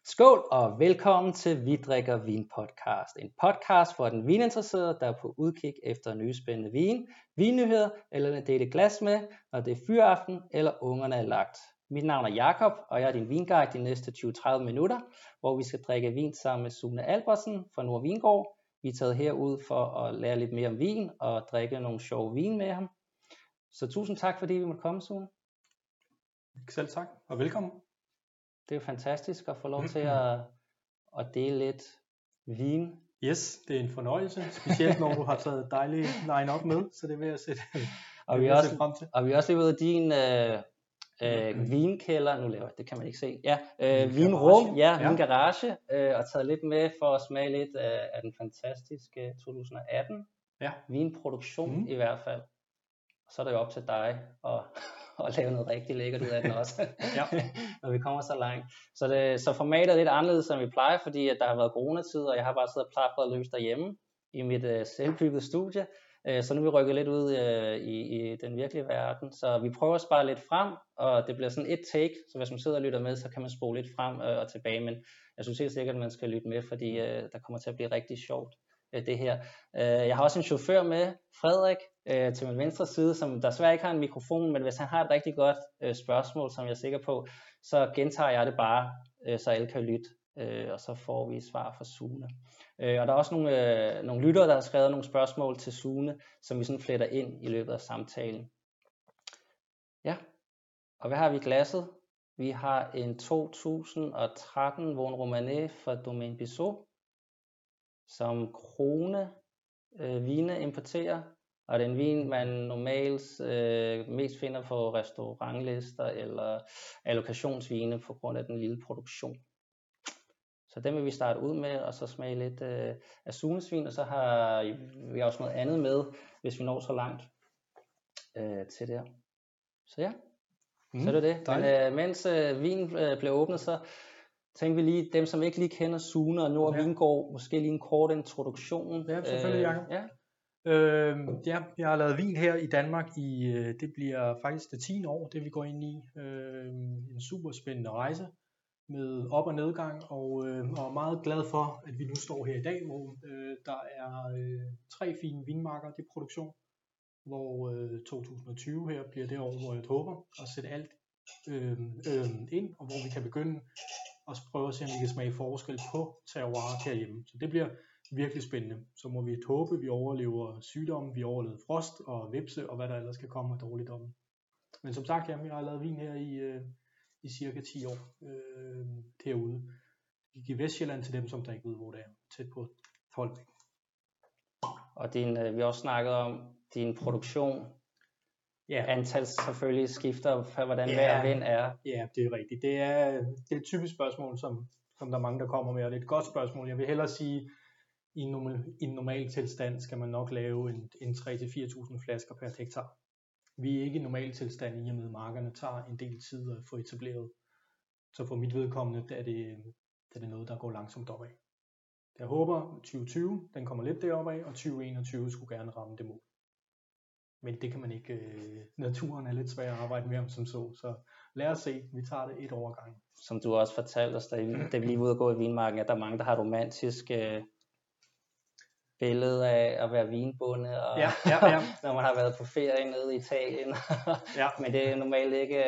Skål og velkommen til Vi drikker vin podcast. En podcast for den vininteresserede, der er på udkig efter nye spændende vin, vinnyheder eller en dele glas med, når det er fyraften eller ungerne er lagt. Mit navn er Jakob, og jeg er din vinguide de næste 20-30 minutter, hvor vi skal drikke vin sammen med Sune Albertsen fra Nord Vingård. Vi er taget herud for at lære lidt mere om vin og drikke nogle sjove vin med ham. Så tusind tak, fordi vi måtte komme, Sune. Selv tak, og velkommen. Det er jo fantastisk at få lov til at dele lidt vin. Yes, det er en fornøjelse, specielt når du har taget dejlig line-up med, så det vil jeg sætte Og vi er også lige ude af din vinkælder, nu laver det kan man ikke se, vinrum, vingarage, og taget lidt med for at smage lidt af den fantastiske 2018 vinproduktion i hvert fald. Så er det jo op til dig at lave noget rigtig lækkert ud af den også, når vi kommer så langt. Så formatet er lidt anderledes, end vi plejer, fordi at der har været coronatid, og jeg har bare siddet og plapret løs derhjemme i mit selvbyggede studie. Så nu er vi rykket lidt ud i den virkelige verden. Så vi prøver at spare lidt frem, og det bliver sådan et take, så hvis man sidder og lytter med, så kan man spole lidt frem og tilbage. Men jeg synes helt sikkert, at man skal lytte med, fordi der kommer til at blive rigtig sjovt. Det her. Jeg har også en chauffør med, Frederik, til min venstre side, som der desværre ikke har en mikrofon, men hvis han har et rigtig godt spørgsmål, som jeg er sikker på, så gentager jeg det bare, så alle kan lytte, og så får vi svar fra Sune. Og der er også nogle lyttere, der har skrevet nogle spørgsmål til Sune, som vi sådan fletter ind i løbet af samtalen. Ja, og hvad har vi i glasset? Vi har en 2013 Vosne Romanée fra Domaine Bissau, som Krone Vine importerer, og det er en vin, man normalt mest finder på restaurantlister eller allokationsvine på grund af den lille produktion. Så den vil vi starte ud med, og så smage lidt af Sunes vin, og så har vi også noget andet med, hvis vi når så langt til det her. Så ja, så er det. Men mens vinen blev åbnet, så tænker vi lige, dem som ikke lige kender Sune og Nord Vingård, måske lige en kort introduktion. Ja, selvfølgelig, Jacob. Jeg har lavet vin her i Danmark i, det bliver faktisk det 10. år, det vi går ind i. En super spændende rejse med op- og nedgang, og meget glad for, at vi nu står her i dag, hvor der er 3 fine vinmarker til produktion, hvor 2020 her bliver det år, hvor jeg håber at sætte alt ind, og hvor vi kan begynde og prøve at se, om vi kan smage forskel på terroir herhjemme. Så det bliver virkelig spændende. Så må vi håbe, at vi overlever sygdomme, vi overlever frost og vipse og hvad der ellers skal komme af dårligdomme. Men som sagt, jeg har lavet vin her i cirka 10 år derude. Vi giver Vestjylland til dem, som der ikke ved, hvor det er. Tæt på Holbæk. Og vi har også snakket om din produktion. Antal selvfølgelig skifter for, hvordan hver vind er. Ja, det er rigtigt. Det er et typisk spørgsmål, som der er mange, der kommer med, og det er et godt spørgsmål. Jeg vil hellere sige, i en normal tilstand skal man nok lave en 3-4.000 flasker per hektar. Vi er ikke i normal tilstand, i og med markerne tager en del tid at få etableret. Så for mit vedkommende, er det noget, der går langsomt opad. Jeg håber, 2020, den kommer lidt deroppe af, og 2021 skulle gerne ramme det mål. Men det kan man ikke. Naturen er lidt svær at arbejde med om som så lad os se, vi tager det et år ad gangen. Som du også fortalte os, da vi lige var ude at gå i vinmarken, at der er mange, der har romantiske billeder af at være vinbonde, og når man har været på ferie nede i Italien. Men det er normalt ikke,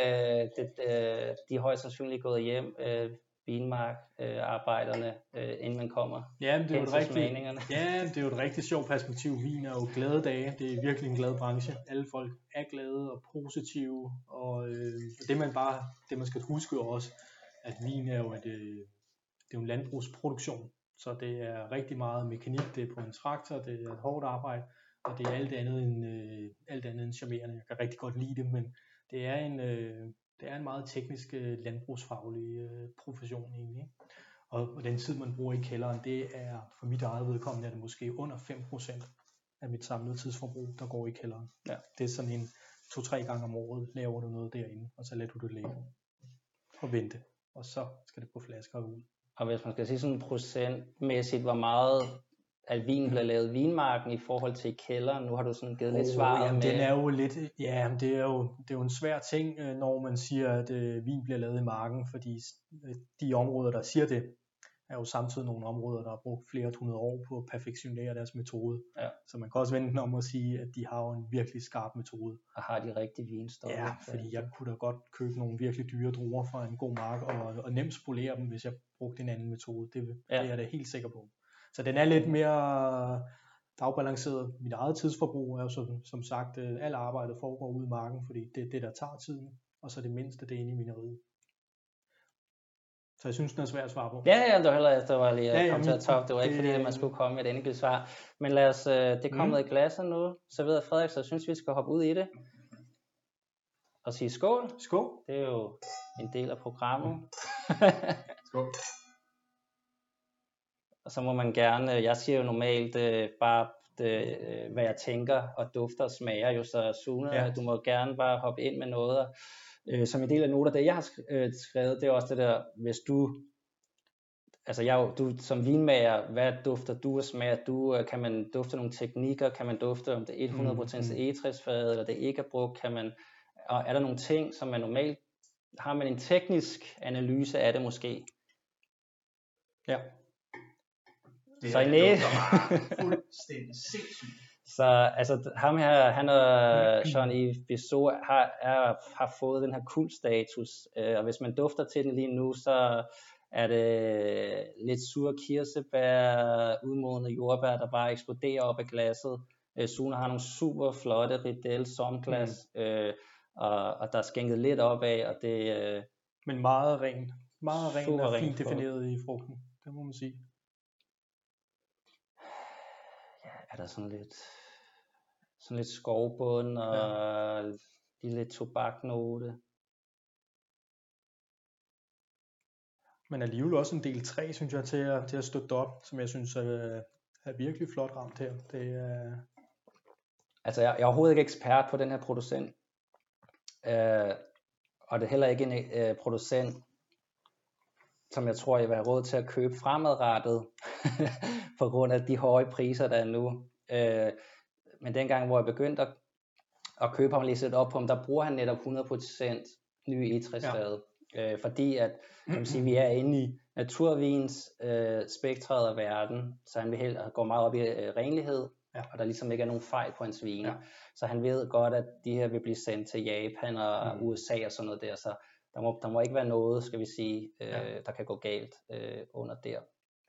de er højst sandsynligt gået hjem, vinmarkarbejderne, inden man kommer hen til smagningerne. Det er jo et rigtig sjovt perspektiv. Vin er jo glade dage, det er virkelig en glad branche. Alle folk er glade og positive, og det man skal huske også, at vin er jo det er jo en landbrugsproduktion. Så det er rigtig meget mekanik, det er på en traktor, det er et hårdt arbejde, og det er alt andet end charmerende. Jeg kan rigtig godt lide det, men det er en meget teknisk landbrugsfaglig profession egentlig. Og den tid, man bruger i kælderen, det er for mit eget vedkommende, er det måske under 5% af mit samlede tidsforbrug, der går i kælderen. Ja. Det er sådan en 2-3 gange om året, laver du noget derinde, og så lader du det ligge og vente, og så skal det på flasker ud. Og hvis man skal sige sådan procentmæssigt, hvor meget at vinen bliver lavet i vinmarken i forhold til i kælderen? Nu har du sådan givet lidt svar med... Den er jo lidt, ja, det er jo en svær ting, når man siger, at vin bliver lavet i marken, fordi de områder, der siger det, er jo samtidig nogle områder, der har brugt flere hundrede år på at perfektionere deres metode. Ja. Så man kan også vente den om at sige, at de har jo en virkelig skarp metode. Og har de rigtige vinstoffer. Ja, fordi jeg kunne da godt købe nogle virkelig dyre druer fra en god mark, og nemt spolere dem, hvis jeg brugte en anden metode. Det er jeg da helt sikker på. Så den er lidt mere dagbalanceret. Mit eget tidsforbrug er jo som sagt, alt arbejdet foregår ude i marken, fordi det er det, der tager tiden, og så det mindste, det er inde i vineriet. Så jeg synes, den er svær at svare på. Ja, det var heller efter, var lige at komme til at top. Det var ikke fordi, at man skulle komme med et enkelt svar. Men lad os, det er kommet i glasset nu, så ved jeg Frederik, så jeg synes, vi skal hoppe ud i det. Og sige skål. Skål. Det er jo en del af programmet. Skål. Og så må man gerne, jeg siger jo normalt bare, hvad jeg tænker, og dufter og smager jo, så Sune, du må gerne bare hoppe ind med noget. Som en del af noter, det jeg har skrevet, det er også det der, hvis du, altså du som vinmager, hvad dufter du og smager du, kan man dufte nogle teknikker, kan man dufte om det er 100% egetræsfade, eller det ikke er brugt, og er der nogle ting, som man normalt, har man en teknisk analyse af det måske? Ja. Så i næ. Fuldstændig sindssygt. Så altså ham her, han og Jean-Yves Bissot har fået den her kultstatus, og hvis man dufter til den lige nu, så er det lidt sure kirsebær, udmodne jordbær, der bare eksploderer op af glasset. Sune har nogle super flotte Riedel somglas, og der er skænket lidt op af, og det men meget ren og fint defineret i frugten, det må man sige. Ja, er der sådan lidt skovbund og lidt tobaknote. Men alligevel også en del træ, synes jeg, til at støtte op, som jeg synes er virkelig flot ramt her. Det er... Altså, jeg er overhovedet ikke ekspert på den her producent. Og det er heller ikke en producent, som jeg tror, jeg vil have råd til at købe fremadrettet, på grund af de høje priser, der er nu. Men dengang, hvor jeg begyndte at købe ham, læse lidt op på ham, der bruger han netop 100% nye egetræsfade. Fordi at, kan man sige, vi er inde i naturvins spektret af verden, så han vil går meget op i renlighed, og der ligesom ikke er nogen fejl på hans vine. Så han ved godt, at de her vil blive sendt til Japan og USA og sådan noget der, så der må ikke være noget, skal vi sige, der kan gå galt under der.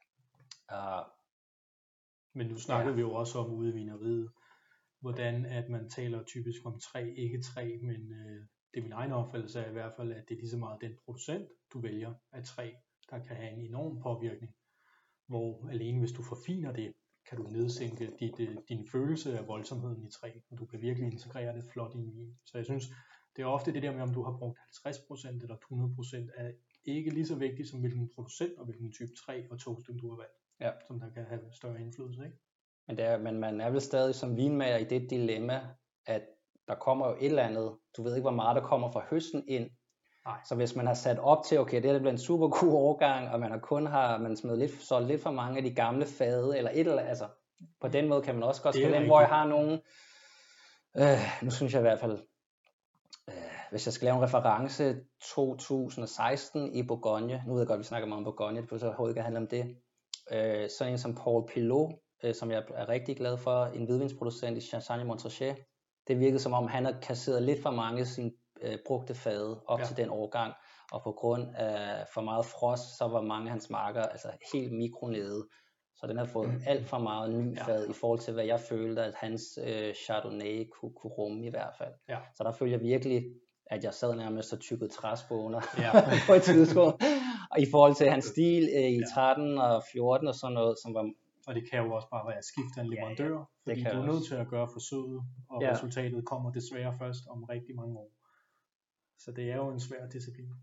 Men nu snakkede vi jo også om ude i vineriet, hvordan at man taler typisk om træ, ikke træ, men det er min egen opfattelse af i hvert fald, at det er lige så meget den producent, du vælger af træ, der kan have en enorm påvirkning. Hvor alene hvis du forfiner det, kan du nedsænke din følelse af voldsomheden i træ, og du kan virkelig integrere det flot i en vin. Så jeg synes, det er ofte det der med, om du har brugt 50% eller 100%, er ikke lige så vigtigt som hvilken producent og hvilken type træ og togstum du har valgt, som der kan have større indflydelse, ikke? Men man er vel stadig som vinmager i det dilemma, at der kommer jo et eller andet, du ved ikke hvor meget der kommer fra høsten ind. Nej. Så hvis man har sat op til, okay, det her bliver en super god årgang, og man smidt solgt lidt for mange af de gamle fade, eller et eller andet, altså på den måde kan man også godt spille ind, hvor jeg har nogen, nu synes jeg i hvert fald, hvis jeg skal lave en reference 2016 i Bourgogne, nu ved jeg godt, vi snakker meget om Bourgogne, det behøver så overhovedet ikke handle om det, sådan en som Paul Pilot, som jeg er rigtig glad for, en hvidvinsproducent i Chassagne-Montrachet, det virkede som om han har kasseret lidt for mange af sine brugte fade op til den årgang, og på grund af for meget frost, så var mange af hans marker altså helt mikronede, så den har fået alt for meget ny fad i forhold til hvad jeg følte, at hans Chardonnay kunne rumme i hvert fald. Så der følte jeg virkelig, at jeg sad nærmest og tykkede træspåner på et tidspunkt, og i forhold til hans stil i 13 og 14 og sådan noget, som var... Og det kan jo også bare være at skifte en leverandør, fordi du er nødt til at gøre forsøget, og resultatet kommer desværre først om rigtig mange år. Så det er jo en svær disciplin.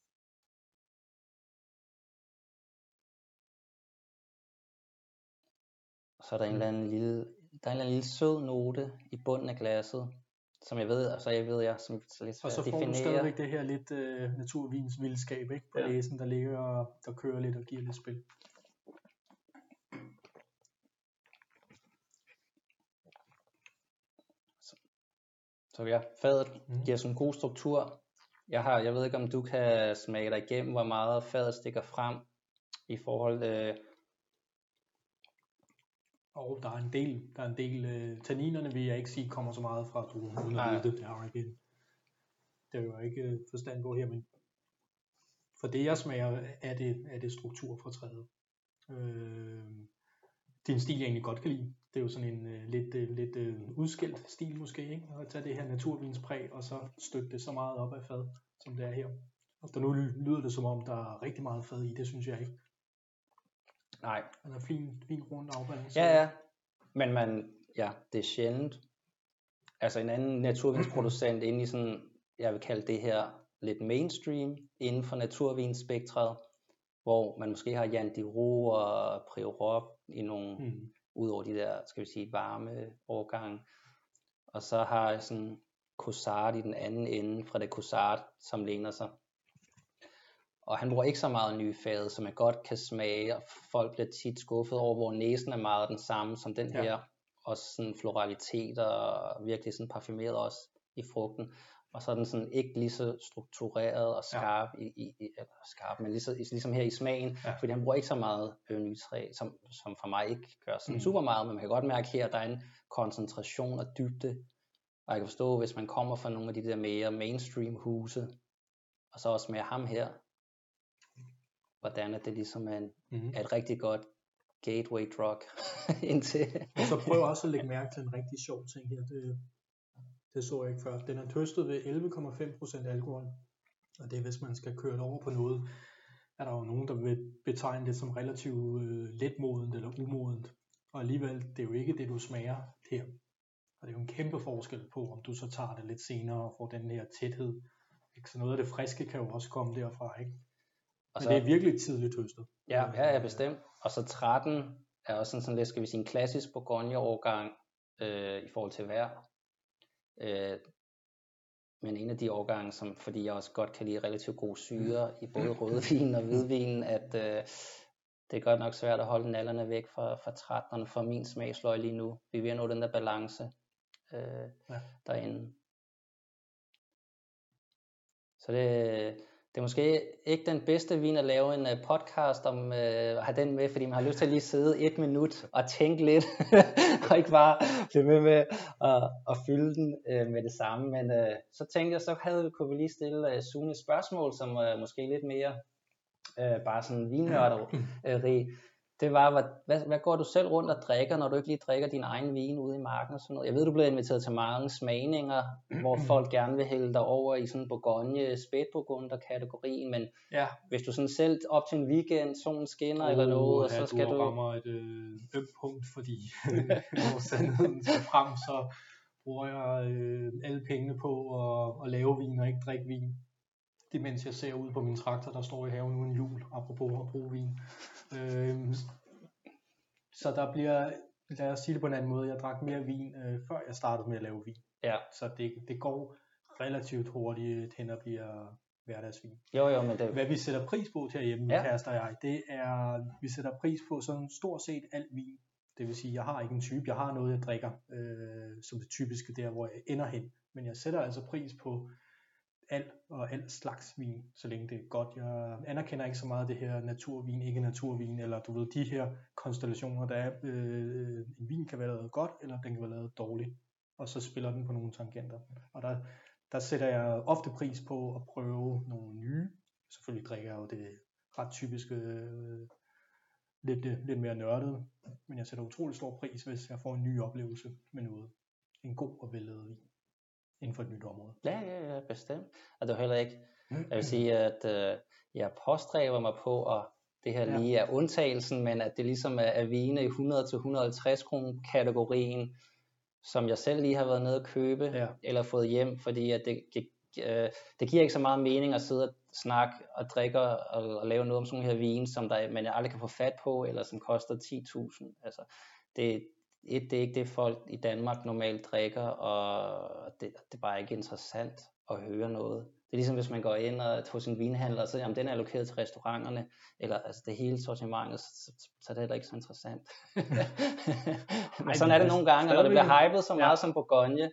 Så er der en eller anden lille sød note i bunden af glasset, som jeg ved, som er lidt svært og så får du stadigvæk det her lidt naturvins vildskab, ikke? På læsen, der ligger og der kører lidt og giver lidt spil. Så ja, fadet giver sådan en god struktur. Jeg ved ikke, om du kan smage dig igennem, hvor meget fadet stikker frem i forhold til... Og der er en del tanninerne vil jeg ikke sige kommer så meget fra druen, uden at vide det. Det er jo ikke forstand på her, men for det jeg smager, er det struktur fra træet. Det er en stil, jeg egentlig godt kan lide. Det er jo sådan en lidt udskilt stil måske, ikke? At tage det her naturvinspræg, og så støtte det så meget op af fad, som det er her. Og der nu lyder det som om, der er rigtig meget fad i, det synes jeg ikke. Nej. Den er fin rundt afbalanceret. Ja. Men det er sjældent. Altså en anden naturvinsproducent inde i sådan, jeg vil kalde det her lidt mainstream, inden for naturvinspektret, hvor man måske har Jan Diro og Priorop i nogle, ud over de der, skal vi sige, varme årgange. Og så har jeg sådan Cosart i den anden ende, fra det Cosart, som læner sig. Og han bruger ikke så meget nyfade, som man godt kan smage, og folk bliver tit skuffet over, hvor næsen er meget den samme som den her. Også sådan floralitet og virkelig sådan parfumeret også i frugten. Og så er den sådan ikke lige så struktureret og skarp, men ligesom her i smagen, fordi han bruger ikke så meget nytræ, som for mig ikke gør sådan super meget, men man kan godt mærke her, at der er en koncentration og dybde. Og jeg kan forstå, hvis man kommer fra nogle af de der mere mainstream huse, og så også med ham her, hvordan det ligesom er et rigtig godt gateway drug indtil. Og så prøv også at lægge mærke til en rigtig sjov ting her. Det så jeg ikke før. Den er tøstet ved 11,5% alkohol. Og det er, hvis man skal køre det over på noget, er der jo nogen, der vil betegne det som relativt letmodent eller umodent. Og alligevel, det er jo ikke det, du smager her. Og det er jo en kæmpe forskel på, om du så tager det lidt senere og får den her tæthed. Så noget af det friske kan jo også komme derfra, ikke? Men så, det er virkelig tidligt tøstet. Ja, bestemt. Og så 13 er også sådan lidt, skal vi sige, en klassisk Bourgogne-årgang i forhold til vejr. Men en af de årgange, som, fordi jeg også godt kan lide relativt god syre i både rødvin og hvidvin, at det er godt nok svært at holde nallerne væk fra 13'erne for min smagsløg lige nu. Vi er ved at nå den der balance derinde. Så det er måske ikke den bedste vin at lave en podcast om at have den med, fordi man har lyst til at lige sidde 1 minut og tænke lidt, og ikke bare blive med at fylde den med det samme. Men så tænkte jeg, så kunne vi lige stille Sune et spørgsmål, som måske lidt mere bare sådan vinnørderi. Det var, hvad går du selv rundt og drikker, når du ikke lige drikker din egen vin ude i marken og sådan noget? Jeg ved, du bliver inviteret til mange smagninger, hvor folk gerne vil hælde dig over i sådan Bourgogne, spætburgunder-kategorien, men hvis du sådan selv op til en weekend, solen skinner eller noget, og så skal du... rammer et ømt punkt, fordi når sandheden skal frem, så bruger jeg alle pengene på at lave vin og ikke drikke vin. Det mens jeg ser ud på min traktor, der står i haven uden hjul, apropos at bruge vin. Så der bliver, lad os sige det på en anden måde, jeg drak mere vin, før jeg startede med at lave vin. Ja. Så det går relativt hurtigt hen og bliver hverdagsvin. Jo, men det... Hvad vi sætter pris på herhjemme, min kæreste og jeg, det er, vi sætter pris på sådan stort set alt vin. Det vil sige, jeg har ikke en type, jeg har noget, jeg drikker, som det typiske der, hvor jeg ender hen. Men jeg sætter altså pris på alt slags vin, så længe det er godt. Jeg anerkender ikke så meget det her naturvin, ikke naturvin, eller du ved, de her konstellationer, der er, en vin kan være lavet godt, eller den kan være lavet dårligt, og så spiller den på nogle tangenter. Og der sætter jeg ofte pris på at prøve nogle nye. Selvfølgelig drikker jeg jo det ret typiske, lidt mere nørdet, men jeg sætter utrolig stor pris, hvis jeg får en ny oplevelse med noget. En god og vellavet vin inden for et nyt område. Ja, bestemt. Og det er heller ikke, jeg vil sige, at jeg påstræber mig på, at det her lige er undtagelsen, men at det ligesom er vine i 100-150 kroner kategorien, som jeg selv lige har været nede at købe, eller fået hjem, fordi at det giver ikke så meget mening at sidde og snakke og drikke og lave noget om sådan her vin, som man aldrig kan få fat på, eller som koster 10.000. Altså, det er ikke det folk i Danmark normalt drikker, og det er bare ikke interessant at høre noget. Det er ligesom hvis man går ind hos en vinhandler og så jamen den er allokeret til restauranterne, eller altså det hele sortimentet, så er det heller ikke så interessant. Men sådan er det nogle gange, når det bliver hypet så meget som Bourgogne,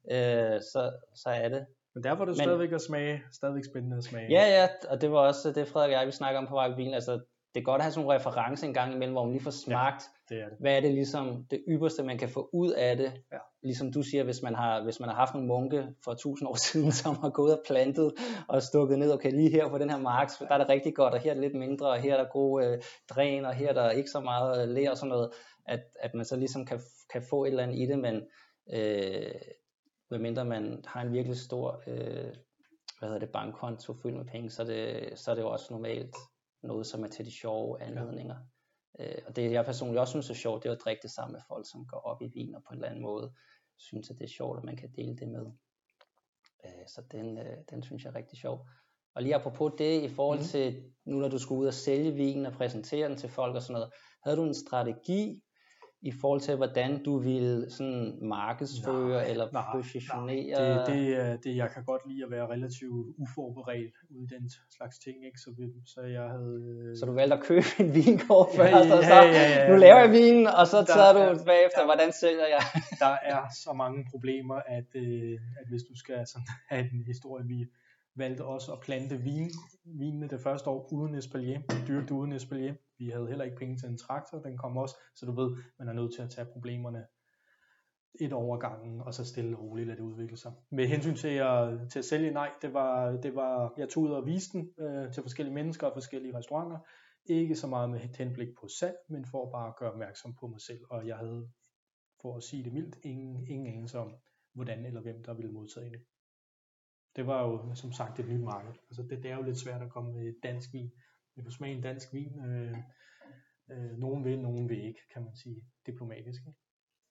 så er det. Men der var det stadigvæk spændende at smage. Ja, og det var også det, Frederik og jeg, vi snakker om på vej vin. Altså, det er godt at have sådan nogle referencer en gang imellem, hvor man lige får smagt, det. Hvad er det ligesom det ypperste, man kan få ud af det. Ja. Ligesom du siger, hvis man har haft nogle munke for 1000 år siden, som har gået og plantet og stukket ned, okay, lige her på den her mark, der er det rigtig godt, og her er det lidt mindre, og her er der gode dræn, og her er der ikke så meget ler og sådan noget, at man så ligesom kan få et eller andet i det, men medmindre man har en virkelig stor bankkonto fyldt med penge, så er det jo også normalt noget, som er til de sjove anledninger. Og det jeg personligt også synes er sjovt, det er at drikke det sammen med folk, som går op i vin og på en eller anden måde synes, at det er sjovt, at man kan dele det med. Så den synes jeg er rigtig sjov. Og lige apropos det, i forhold til nu, når du skulle ud og sælge vinen og præsentere den til folk og sådan noget, havde du en strategi i forhold til, hvordan du ville sådan markedsføre eller positionere? Det jeg kan godt lide at være relativt uforberedt ude i den slags ting, ikke? Så jeg havde... Så du valgte at købe en vinkort først, og så nu laver jeg vinen, og så tager du bagefter, hvordan sælger jeg? Der er så mange problemer, at hvis du skal sådan have en historie, vi valgte også at plante vinene det første år uden espalier, dyrkede uden espalier. Vi havde heller ikke penge til en traktor, den kom også, så du ved, man er nødt til at tage problemerne et år ad gangen, og så stille og roligt lade det udvikle sig. Med hensyn til at sælge, nej, det var jeg tog ud og viste den til forskellige mennesker og forskellige restauranter. Ikke så meget med henblik på salg, men for bare at gøre opmærksom på mig selv, og jeg havde, for at sige det mildt, ingen anelse om, hvordan eller hvem der ville modtage det. Det var jo som sagt et nyt marked. Altså det er jo lidt svært at komme med dansk vin. Vi kan smage en dansk vin. Nogen vil, nogen vil ikke, kan man sige diplomatisk. Ikke?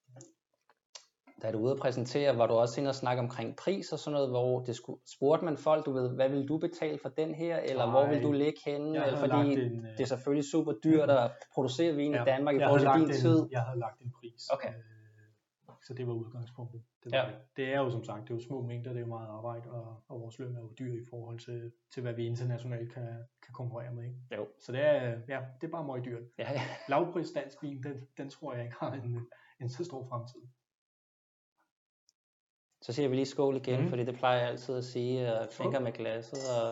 Da du ude at præsentere, var du også inde og snakke omkring pris og sådan noget, hvor spurgte man folk, du ved, hvad vil du betale for den her, eller hvor vil du ligge henne? Eller fordi det er selvfølgelig super dyrt at producere vin i Danmark i forhold til din tid. Jeg havde lagt en pris. Okay. Så det var udgangspunktet. Det er jo som sagt, det er jo små mængder, det er jo meget arbejde, og vores løn er jo dyr i forhold til hvad vi internationalt kan konkurrere med. Ikke? Jo. Så det er bare meget dyrt. Ja. Lavpris dansk vin, den tror jeg ikke har en så stor fremtid. Så siger vi lige skål igen, fordi det plejer jeg altid at sige, og klinker med glasset. Og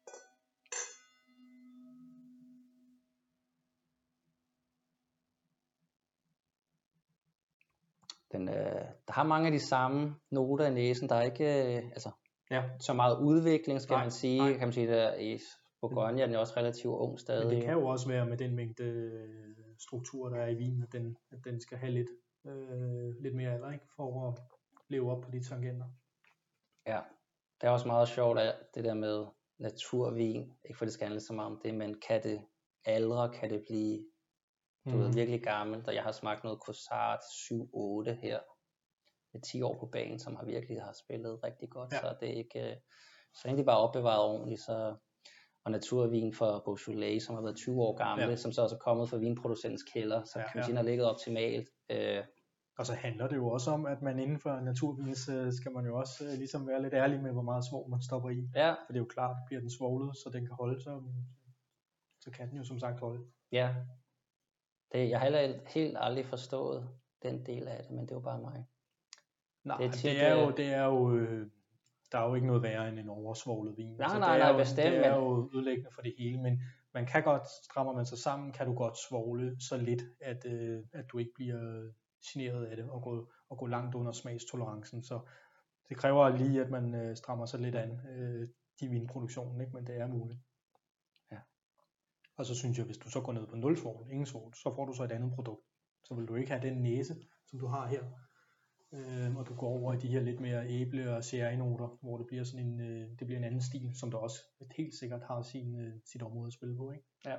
der har mange af de samme noter i næsen. Der er ikke så meget udvikling, skal man sige. Kan man sige, der i Bourgogne er den også relativt ung stadig. Men det kan jo også være med den mængde struktur, der er i vinen, at den skal have lidt mere alder, ikke? For at leve op på de tangenter. Ja, det er også meget sjovt, at det der med naturvin, ikke for det skal handle så meget om det, men kan det aldre, kan det blive virkelig gammelt, og jeg har smagt noget Cosart 7-8 her, med 10 år på banen, som virkelig har spillet rigtig godt, så det er ikke, så egentlig bare opbevaret ordentligt, og naturvin fra Beaujolais, som har været 20 år gamle, som så også er kommet fra vinproducentens kælder, så kan man sige, har ligget optimalt. Og så handler det jo også om, at man inden for naturvins skal man jo også ligesom være lidt ærlig med, hvor meget svovl man stopper i. Ja. For det er jo klart, bliver den svovlet, så den kan holde sig, så kan den jo som sagt holde. Ja. Jeg har heller helt aldrig forstået den del af det, men det er jo bare mig. Nej, der er jo ikke noget værre end en oversvovlet vin. Nej, bestemt. Det er jo ødelæggende for det hele, men man kan godt, strammer man sig sammen, kan du godt svogle så lidt, at du ikke bliver generet af det og gå langt under smagstolerancen. Så det kræver lige, at man strammer sig lidt an i vinproduktionen, ikke? Men det er muligt. Ja. Og så synes jeg, hvis du så går ned på 0 svovl, ingen svovl, så får du så et andet produkt. Så vil du ikke have den næse, som du har her. Og du går over i de her lidt mere æble- og sherry-noter, hvor det bliver sådan det bliver en anden stil, som der også helt sikkert har sit område at spille på, ikke? Ja.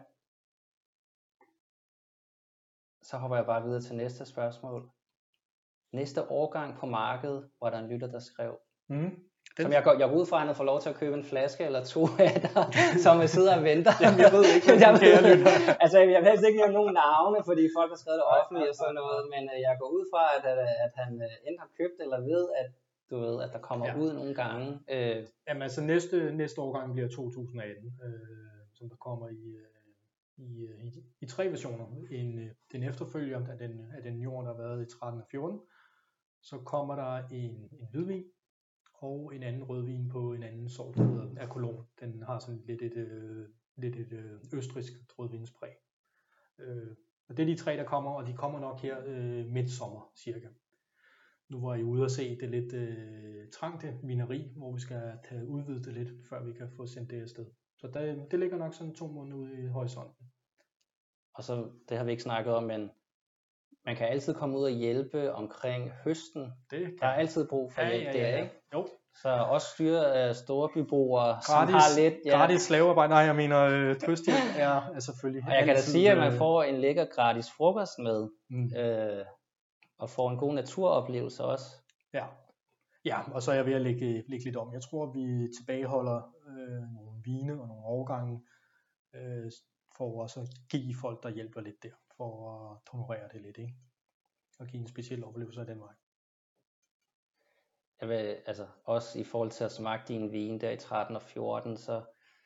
Så hopper jeg bare videre til næste spørgsmål. Næste årgang på markedet, var der en lytter, der skrev, som jeg går ud fra, at han har fået lov til at købe en flaske eller 2 af dig, som sidder og venter. Jamen, jeg ved ikke, altså, jeg vil helst ikke nævne nogen navne, fordi folk har skrevet det offentligt og sådan noget, men jeg går ud fra, at han enten har købt eller ved, at der kommer ud nogle gange. Jamen altså, næste årgang bliver 2018, som der kommer i 3 versioner. Den efterfølger af den jord, der har været i 13 og 14. Så kommer der en hvidvin, og en anden rødvin på en anden sort, der hedder Acolon. Den har sådan lidt et østrigsk rødvinspræg. Og det er de 3, der kommer, og de kommer nok her midtsommer cirka. Nu var I ude og se det lidt trængte vineri, hvor vi skal have udvidet det lidt, før vi kan få sendt det afsted. Så det ligger nok sådan 2 måneder ude i horisonten. Og så, det har vi ikke snakket om, men man kan altid komme ud og hjælpe omkring høsten. Der er altid brug for hjælp der, ikke? Jo. Så også styre storebybeboere, som har lidt... Ja. Gratis slavearbejde, nej, jeg mener høsthjælp er selvfølgelig... Og jeg kan da sige, at man får en lækker gratis frokost med, og får en god naturoplevelse også. Ja, og så er jeg ved at lægge lidt om. Jeg tror, vi tilbageholder nogle vine og nogle årgange, for også at give folk, der hjælper lidt der, for at tolerere det lidt, ikke? Og give en speciel oplevelse af den vej. Jeg vil, altså også i forhold til at smage din vin der i 13 og 14, så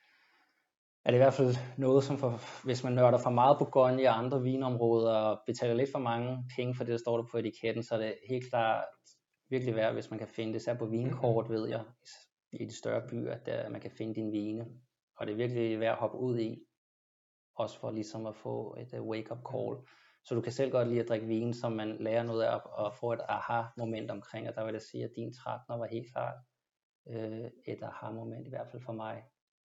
er det i hvert fald noget, som hvis man nørder for meget Bourgogne og andre vinområder og betaler lidt for mange penge for det, der står der på etiketten, så er det helt klart virkelig værd, hvis man kan finde det. Især på vinkort, ved jeg, i de større byer, at man kan finde dine vine. Og det er virkelig værd at hoppe ud i, også for ligesom at få et wake-up call. Så du kan selv godt lide at drikke vin, som man lærer noget af, og få et aha-moment omkring. Og der vil jeg sige, at din 13'er var helt klart et aha-moment, i hvert fald for mig,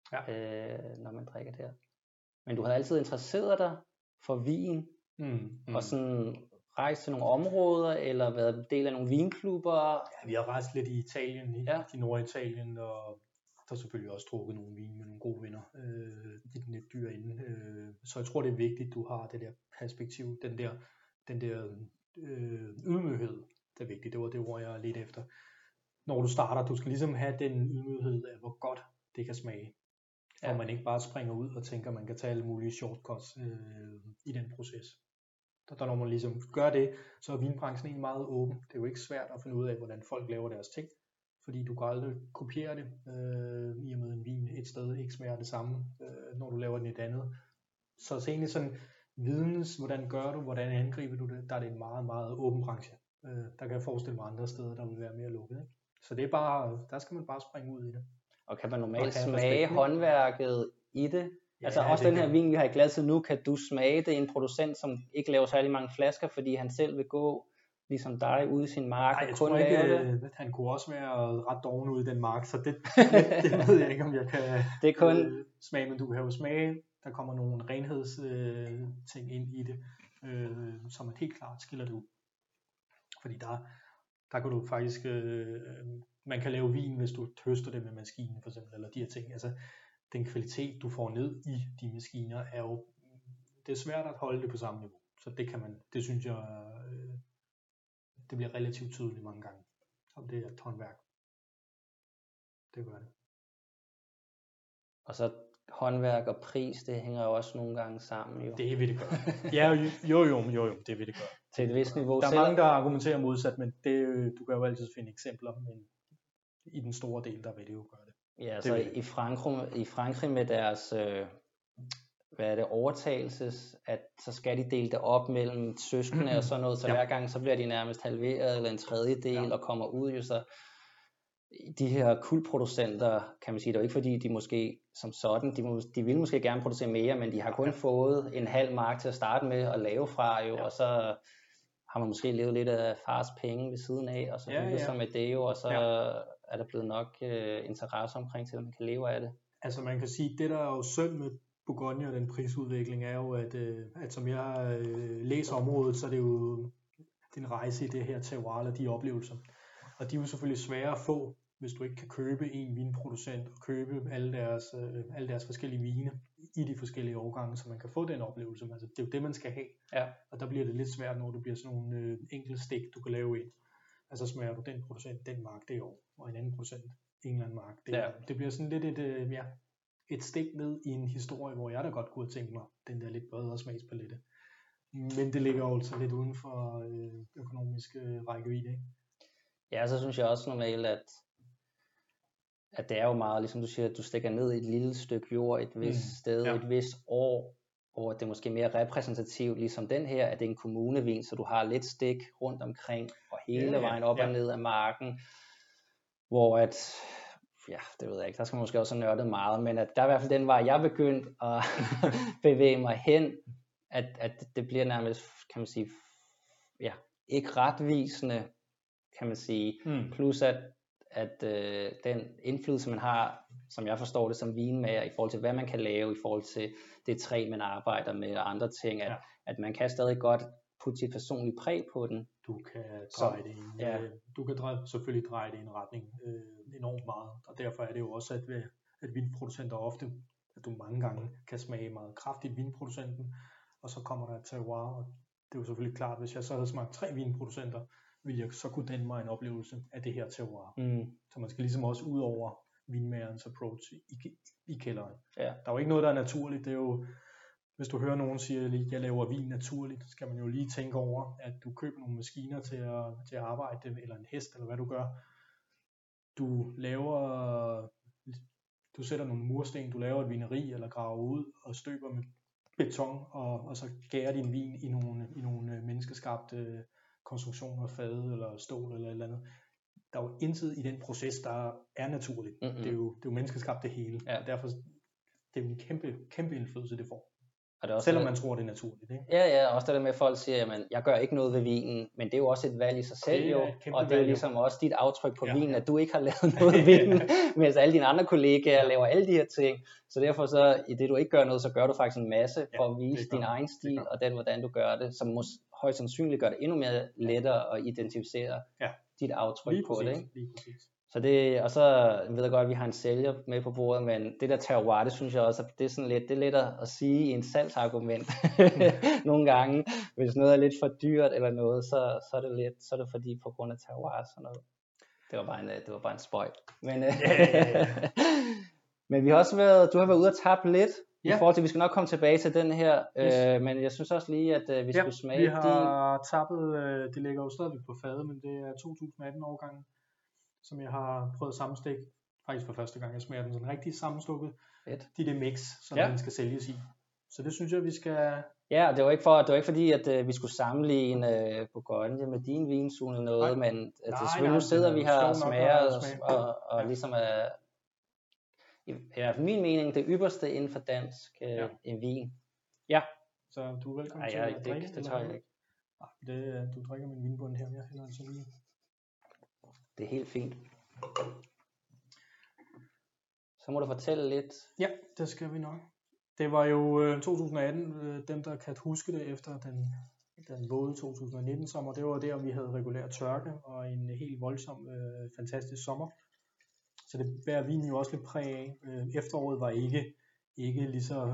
når man drikker det her. Men du havde altid interesseret dig for vin, og sådan rejst til nogle områder, eller været en del af nogle vinklubber? Ja, vi har rejst lidt i Italien, i Norditalien, og der er selvfølgelig også drukket nogle vin med nogle gode venner i den lidt dyre ende. Så jeg tror, det er vigtigt, at du har det der perspektiv, den der ydmyghed, det er vigtigt. Det var det ord, jeg ledte efter. Når du starter, du skal ligesom have den ydmyghed af, hvor godt det kan smage. Og man ikke bare springer ud og tænker, man kan tage alle mulige shortcuts i den proces. Der når man ligesom gør det, så er vinbranchen egentlig meget åben. Det er jo ikke svært at finde ud af, hvordan folk laver deres ting. Fordi du kan aldrig kopiere det, i og med en vin et sted ikke smager det samme, når du laver den et andet. Så egentlig sådan videns, hvordan gør du, hvordan angriber du det, der er det en meget, meget åben branche. Der kan jeg forestille mig andre steder, der vil være mere lukket, ikke? Så det er bare, der skal man bare springe ud i det. Og kan man normalt smage håndværket i det? Ja, altså også den her vin, vi har i glasset nu, kan du smage det? En producent, som ikke laver særlig mange flasker, fordi han selv vil gå ligesom dig ude i sin mark. Nej, jeg tror ikke, han kunne også være ret doven ude i den mark, så det ved jeg ikke, om jeg kan det er kun smage, men du kan jo smage, der kommer nogle renhedsting ind i det, som man helt klart skiller det ud. Fordi der kan du faktisk, man kan lave vin, hvis du høster det med maskinen for eksempel, eller de her ting. Altså, den kvalitet, du får ned i de maskiner, er jo, det er svært at holde det på samme niveau. Så det synes jeg, det bliver relativt tydeligt mange gange, om det er et håndværk. Det gør det. Og så håndværk og pris, det hænger jo også nogle gange sammen. Jo. Det vil det gøre. Ja, jo, det vil det gøre. Til et vist niveau. Der er mange, der argumenterer modsat, men du kan jo altid finde eksempler, men i den store del, der vil det jo gøre det. Ja, så i Frankrig med deres overtagelses, at så skal de dele det op mellem søskende og sådan noget, så hver gang så bliver de nærmest halveret eller en tredjedel og kommer ud jo så. De her kultproducenter, kan man sige, det er jo ikke fordi de måske som sådan, de vil måske gerne producere mere, men de har kun fået en halv mark til at starte med at lave fra jo, og så har man måske levet lidt af fars penge ved siden af, og så bygget sig med det jo, og så er der blevet nok interesse omkring til, at man kan leve af det. Altså man kan sige, det der er jo synd med Bourgogne og den prisudvikling er jo, at som jeg læser området, så er det jo en rejse i det her terroir og de oplevelser. Og de er jo selvfølgelig svære at få, hvis du ikke kan købe en vinproducent og købe alle deres forskellige vine i de forskellige årgange, så man kan få den oplevelse. Altså, det er jo det, man skal have. Ja. Og der bliver det lidt svært, når det bliver sådan nogle enkelte stik, du kan lave ind. Altså smager du den producent, den mark det år, og en anden producent, en eller anden mark det år. Det bliver sådan lidt et stik ned i en historie, hvor jeg da godt kunne have tænkt mig den der lidt bredere smagspalette. Men det ligger jo altså lidt uden for økonomisk rækkevidde, ikke? Ja, så synes jeg også normalt, at det er jo meget, ligesom du siger, at du stikker ned i et lille stykke jord, et vist sted, et vist år, hvor det er måske mere repræsentativt, ligesom den her, at det er en kommunevin, så du har lidt stik rundt omkring, og hele vejen op og ned af marken, hvor at, ja, det ved jeg ikke, der skal man måske også have nørdet meget, men at der er i hvert fald den vej, jeg er begyndt at bevæge mig hen, at det bliver nærmest, kan man sige, ja, ikke retvisende, kan man sige, plus at den indflydelse, man har, som jeg forstår det som vinmager, i forhold til, hvad man kan lave, i forhold til det træ, man arbejder med, og andre ting, at man kan stadig godt putte sit personlige præg på den. Du kan dreje det du kan selvfølgelig dreje det i en retning enormt meget, og derfor er det jo også, at vinproducenter ofte, at du mange gange kan smage meget kraftigt vinproducenten, og så kommer der et terroir, og det er jo selvfølgelig klart, hvis jeg så havde smagt 3 vinproducenter, ville jeg så kunne danne mig en oplevelse af det her terroir. Så man skal ligesom også ud over vinmagerens approach i kælderen. Ja. Der er jo ikke noget, der er naturligt. Det er jo, hvis du hører nogen sige, at jeg laver vin naturligt, så skal man jo lige tænke over, at du køber nogle maskiner til at arbejde det, eller en hest, eller hvad du gør. Du sætter nogle mursten, du laver et vineri, eller graver ud, og støber med beton, og så gærer din vin i nogle menneskeskabte konstruktioner, fade, eller stål, eller et eller andet. Der er jo intet i den proces, der er naturligt. Det er jo menneskeskabt det hele. Ja. Og derfor det er jo en kæmpe indflydelse, det får. Og det er også selvom man tror, det er naturligt. Ikke? Ja, også det der med, at folk siger, at jeg gør ikke noget ved vinen, men det er jo også et valg i sig selv, jo. Og det er jo ligesom også dit aftryk på vinen, at du ikke har lavet noget ved vinen, mens alle dine andre kollegaer laver alle de her ting. Så derfor så, i det du ikke gør noget, så gør du faktisk en masse for at vise din egen stil, og hvordan du gør det, som højst sandsynligt gør det endnu mere lettere at identificere dit aftryk lige på det. Ikke? Lige præcis. Så det, og så ved jeg godt, at vi har en sælger med på bordet, men det der terroir, det synes jeg også, at det er sådan lidt, det er let at sige i en salgsargument nogle gange. Hvis noget er lidt for dyrt eller noget, så er det fordi på grund af terroir sådan noget. Det var bare en spøj. Men, men vi har også du har været ude og tabe lidt. I forhold til, vi skal nok komme tilbage til den her, men jeg synes også lige, at vi skulle smage vi har tappet, det ligger jo stadigvæk på fadet, men det er 2018 årgangen, som jeg har prøvet at sammenstikke, faktisk for første gang, jeg smager den sådan rigtig sammenstukket. Det mix, som den skal sælges i. Så det synes jeg, vi skal... Ja, det var ikke fordi, at vi skulle sammenligne Bourgogne med din vinsun eller noget, men selvfølgelig nu sidder vi her og smager, og ligesom i hvert fald min mening, det ypperste inden for dansk en vin. Ja. Så du er velkommen til at drikke. Det tager jeg ikke. Du drikker min vinbund her, jeg hælder altså lige. Det er helt fint. Så må du fortælle lidt. Ja, det skal vi nok. Det var jo 2018, dem der kan huske det efter den våde 2019 sommer. Det var der, vi havde regulær tørke og en helt voldsom, fantastisk sommer. Så det bærer vinen jo også lidt præg af. Efteråret var ikke lige så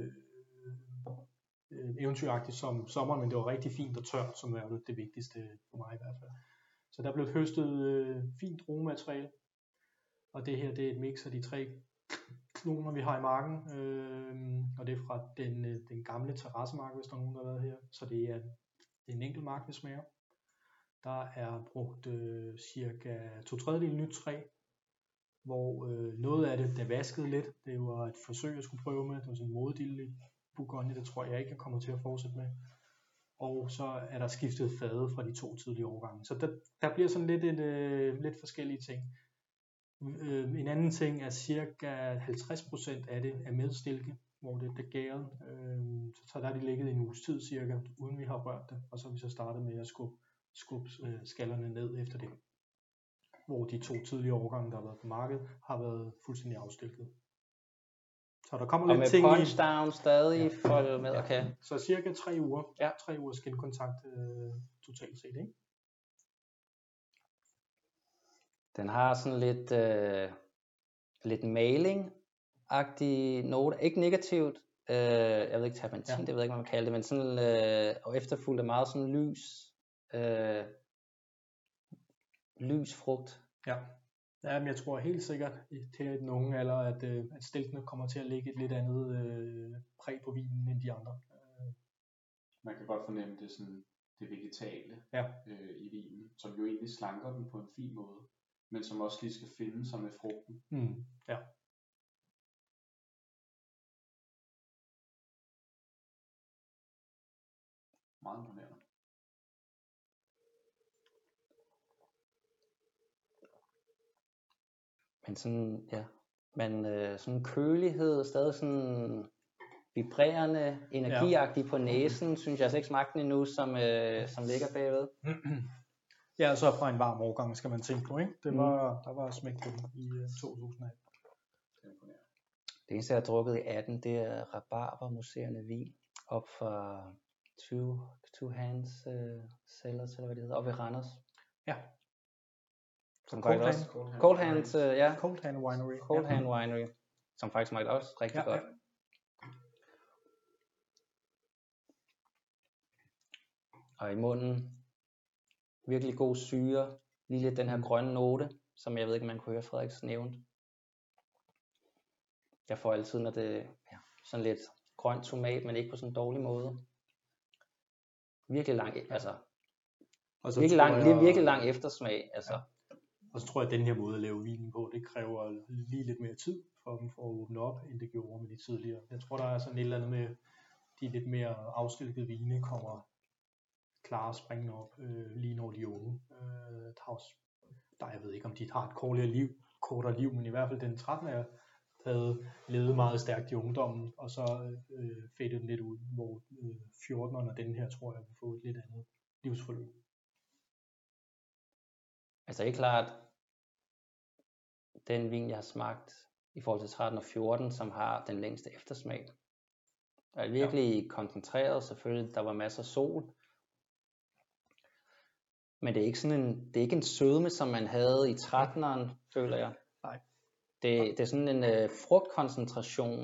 eventyragtigt som sommeren, men det var rigtig fint og tørt, som er det vigtigste for mig i hvert fald. Så der blev høstet fint druemateriale, og det her det er et mix af de 3 kloner, vi har i marken, og det er fra den gamle terrassemark, hvis der er nogen, der har været her. Så det er en enkelt mark, vi smager. Der er brugt cirka 2/3 nyt træ, hvor noget af det vaskede lidt. Det var et forsøg, jeg skulle prøve med. Det var sådan en modedille i Bourgogne, det tror jeg ikke, jeg kommer til at fortsætte med. Og så er der skiftet fade fra de 2 tidlige årgange. Så der bliver sådan lidt forskellige ting. En anden ting er cirka 50% af det er med stilke, hvor det er gæret. Så der er de ligget en uges tid cirka, uden vi har rørt det. Og så har vi så startet med at skubbe skallerne ned efter det. Hvor de 2 tidlige årgange, der har været på markedet, har været fuldstændig afstilket. Så der kommer lidt ting i. Og med punch down stadig foldet med, okay. Så cirka 3 uger. 3 ugers skinkontakt totalt set, ikke? Den har sådan lidt maling-agtig note. Ikke negativt. Jeg ved ikke, terpentin, det ved jeg ikke, hvad man kalder det, men sådan, og efterfulgt af meget sådan lys frugt. Ja. Ja, men jeg tror helt sikkert til den unge alder, at stilkene kommer til at lægge et lidt andet præg på vinen end de andre. Man kan godt fornemme det sådan det vegetale i vinen, som jo egentlig slanker den på en fin måde, men som også lige skal finde sig med frugten. Ja. Meget imponerende. Men sådan, ja, men sådan kølighed, stadig sådan vibrerende, energiagtig på næsen, synes jeg altså ikke smagte den endnu, som ligger bagved. Ja, så fra en varm årgang skal man tænke på, ikke? Der var smæk på den i 2018. Det eneste, jeg har drukket i 18, det er rabarbermuserende vin op fra Two Hands Cellars, eller hvad det hedder, op i Randers. Ja. Som Cold Hand Winery. Cold Hand Winery, som faktisk smagte også rigtig godt. Og i munden, virkelig god syre, lige lidt den her grønne note, som jeg ved ikke, man kunne høre Frederiks nævnt. Jeg får altid, når det sådan lidt grøn tomat, men ikke på sådan en dårlig måde. Virkelig lang, virkelig lang eftersmag, altså. Ja. Og så tror jeg, at den her måde at lave vinen på, det kræver lige lidt mere tid for dem for at åbne op, end det gjorde med de tidligere. Jeg tror, der er sådan et eller andet med, de lidt mere afstilkede vine kommer klare springende op, lige når de er unge. Jeg ved ikke, om de har et kortere liv, men i hvert fald den 13'er havde levet meget stærkt i ungdommen, og så fadede den lidt ud, hvor 14'eren og den her, tror jeg, vil få et lidt andet livsforløb. Altså ikke klart, den vin, jeg har smagt i forhold til 13 og 14, som har den længste eftersmag. Og er virkelig koncentreret, selvfølgelig, der var masser af sol. Men det er ikke sådan det er ikke en sødme, som man havde i 13'eren, føler jeg. Nej. Det er sådan en frugtkoncentration.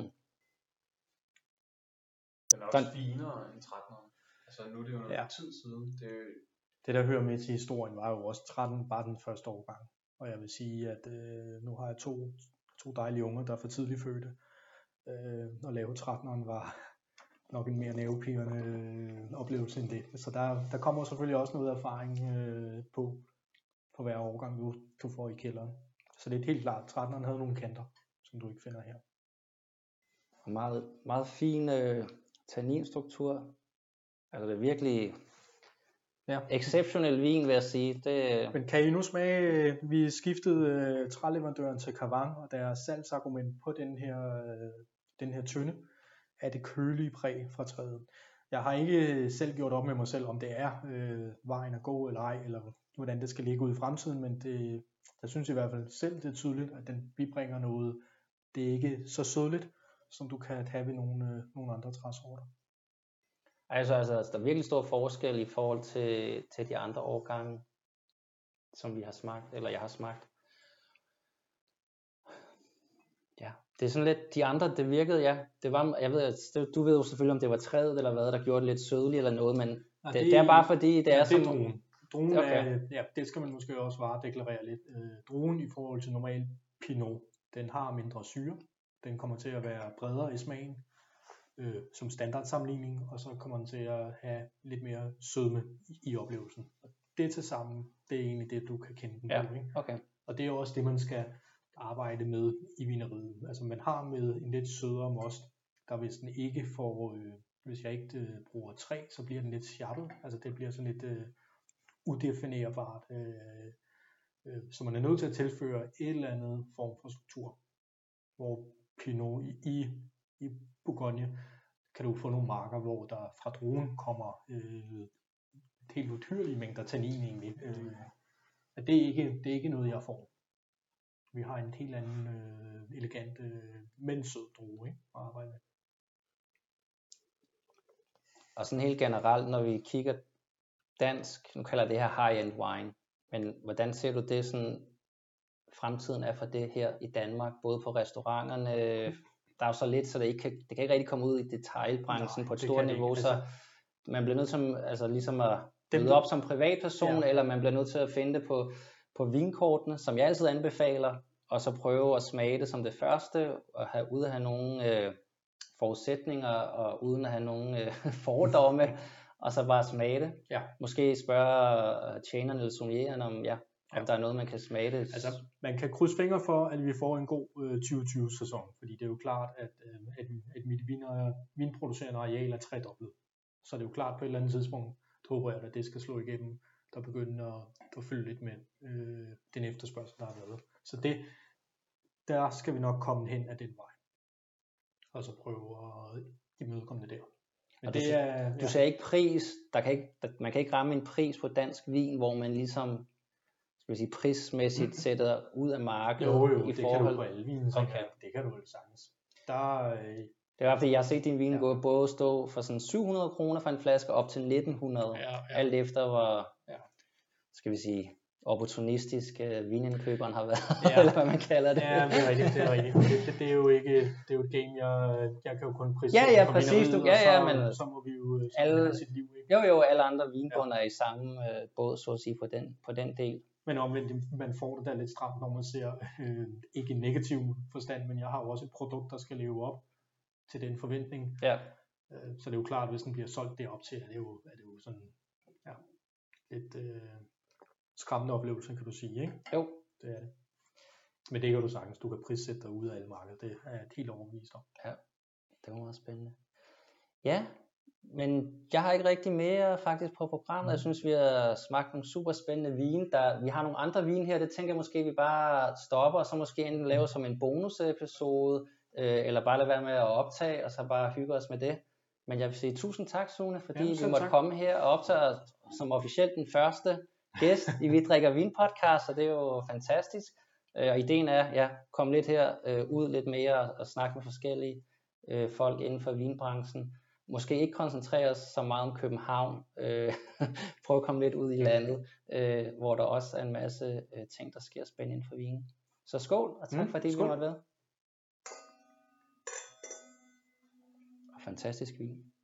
Den er også finere end 13'eren. Altså nu er det jo noget tid siden. Det der hører med til historien var jo også 13 bare den første årgang. Og jeg vil sige, at nu har jeg to dejlige unger, der er for tidligt fødte. Og lave 13'eren var nok en mere nervepirrende oplevelse end det. Så der kommer selvfølgelig også noget erfaring på hver årgang, du får i kælderen. Så det er helt klart, 13'eren havde nogle kanter, som du ikke finder her. Meget, meget fin tanninstruktur. Altså det er virkelig exceptionel vin, vil jeg sige. Men kan I nu smage, vi skiftede træleverandøren til Kavang, og deres salgsargument på den her tynde er det kølige præg fra træet. Jeg har ikke selv gjort op med mig selv, om det er vejen at gå eller ej, eller hvordan det skal ligge ud i fremtiden, men jeg synes i hvert fald selv, det er tydeligt, at den bibringer noget. Det er ikke så sødligt, som du kan have ved nogle andre træsorter. Altså, der er virkelig stor forskel i forhold til de andre årgange, som vi har smagt, eller jeg har smagt. Ja, det er sådan lidt, de andre, det virkede, det var, jeg ved, du ved jo selvfølgelig, om det var træet eller hvad, der gjorde det lidt sødligt eller noget, men det er bare fordi, det er som... Druen. Druen er, det skal man måske også varedeklarere lidt. Druen i forhold til normal Pinot, den har mindre syre, den kommer til at være bredere i smagen, som standardsammenligning, og så kommer den til at have lidt mere sødme i oplevelsen. Og det til sammen, det er egentlig det, du kan kende den på. Ikke? Okay. Og det er også det, man skal arbejde med i vineriet. Altså man har med en lidt sødere most, der hvis den ikke får, hvis jeg ikke bruger træ, så bliver den lidt sjappet. Altså det bliver sådan lidt udefinerbart. Så man er nødt til at tilføre et eller andet form for struktur. Hvor Pinot i Bourgogne kan du få nogle marker, hvor der fra druen kommer helt utyrlige mængder tannin egentlig. Det er ikke noget, jeg får. Vi har en helt anden elegant, men sød drue at arbejde med. Og sådan helt generelt, når vi kigger dansk, nu kalder det her high-end wine, men hvordan ser du det sådan, fremtiden er for det her i Danmark, både på restauranterne, der er jo så lidt, så det kan ikke rigtig komme ud i detailbranchen på et stort niveau, så man bliver nødt til ligesom at møde op som privatperson, eller man bliver nødt til at finde det på vinkortene, som jeg altid anbefaler, og så prøve at smage det som det første, og uden at have nogle forudsætninger, og uden at have nogle fordomme, og så bare smage det. Ja. Måske spørge tjeneren eller sommelieren om der er noget, man kan smage det. Altså, man kan krydse fingre for, at vi får en god 2020-sæson, fordi det er jo klart, at mit vinproducerende areal er tredoblet. Så det er jo klart på et eller andet tidspunkt, håber jeg, at det skal slå igennem, der begynder at følge lidt med den efterspørgsel, der har været. Så der skal vi nok komme hen ad den vej. Og så prøve at imødekomme det der. Men du ser ikke pris, man kan ikke ramme en pris på dansk vin, hvor man ligesom, skal vi sige, prismæssigt sætter ud af markedet. Jo, i det forhold. Kan du på alle vinen, okay. Det kan du jo sagtens. Det er fordi jeg har set din vin gå både stå for sådan 700 kroner for en flaske op til 1900, alt efter hvor, skal vi sige, opportunistisk vinindkøberen har været, eller hvad man kalder det. Ja, det er rigtigt. Det er jo ikke, det er jo et game, jeg kan jo kun prissætte ja, præcis, men så må vi jo have sit liv, ikke? Jo, alle andre vinkunder er i samme båd, så at sige, på den del. Men omvendt, man får det der lidt stramt, når man ser, ikke i negativ forstand, men jeg har jo også et produkt, der skal leve op til den forventning. Ja. Så det er jo klart, at hvis den bliver solgt derop til, er det jo sådan, lidt skræmmende oplevelse, kan du sige, ikke? Jo. Det er det. Men det kan du sagtens, du kan prissætte dig ud af alle markeder, det er jeg helt overbevist om. Ja, det var meget spændende. Ja, men jeg har ikke rigtig mere faktisk på programmet. Jeg synes, vi har smagt nogle super spændende vine. Vi har nogle andre vine her, det tænker jeg måske, vi bare stopper, og så måske enten laver som en bonusepisode, eller bare lade være med at optage, og så bare hygge os med det. Men jeg vil sige tusind tak, Sune, fordi vi måtte komme her og optage som officielt den første gæst i Vi Drikker Vin podcast, og det er jo fantastisk. Og ideen er, komme lidt her ud lidt mere og snakke med forskellige folk inden for vinbranchen. Måske ikke koncentrere os så meget om København. Prøv at komme lidt ud i landet, hvor der også er en masse ting, der sker spændende inden for vinen. Så skål, og tak fordi vi måtte være. Og fantastisk vin.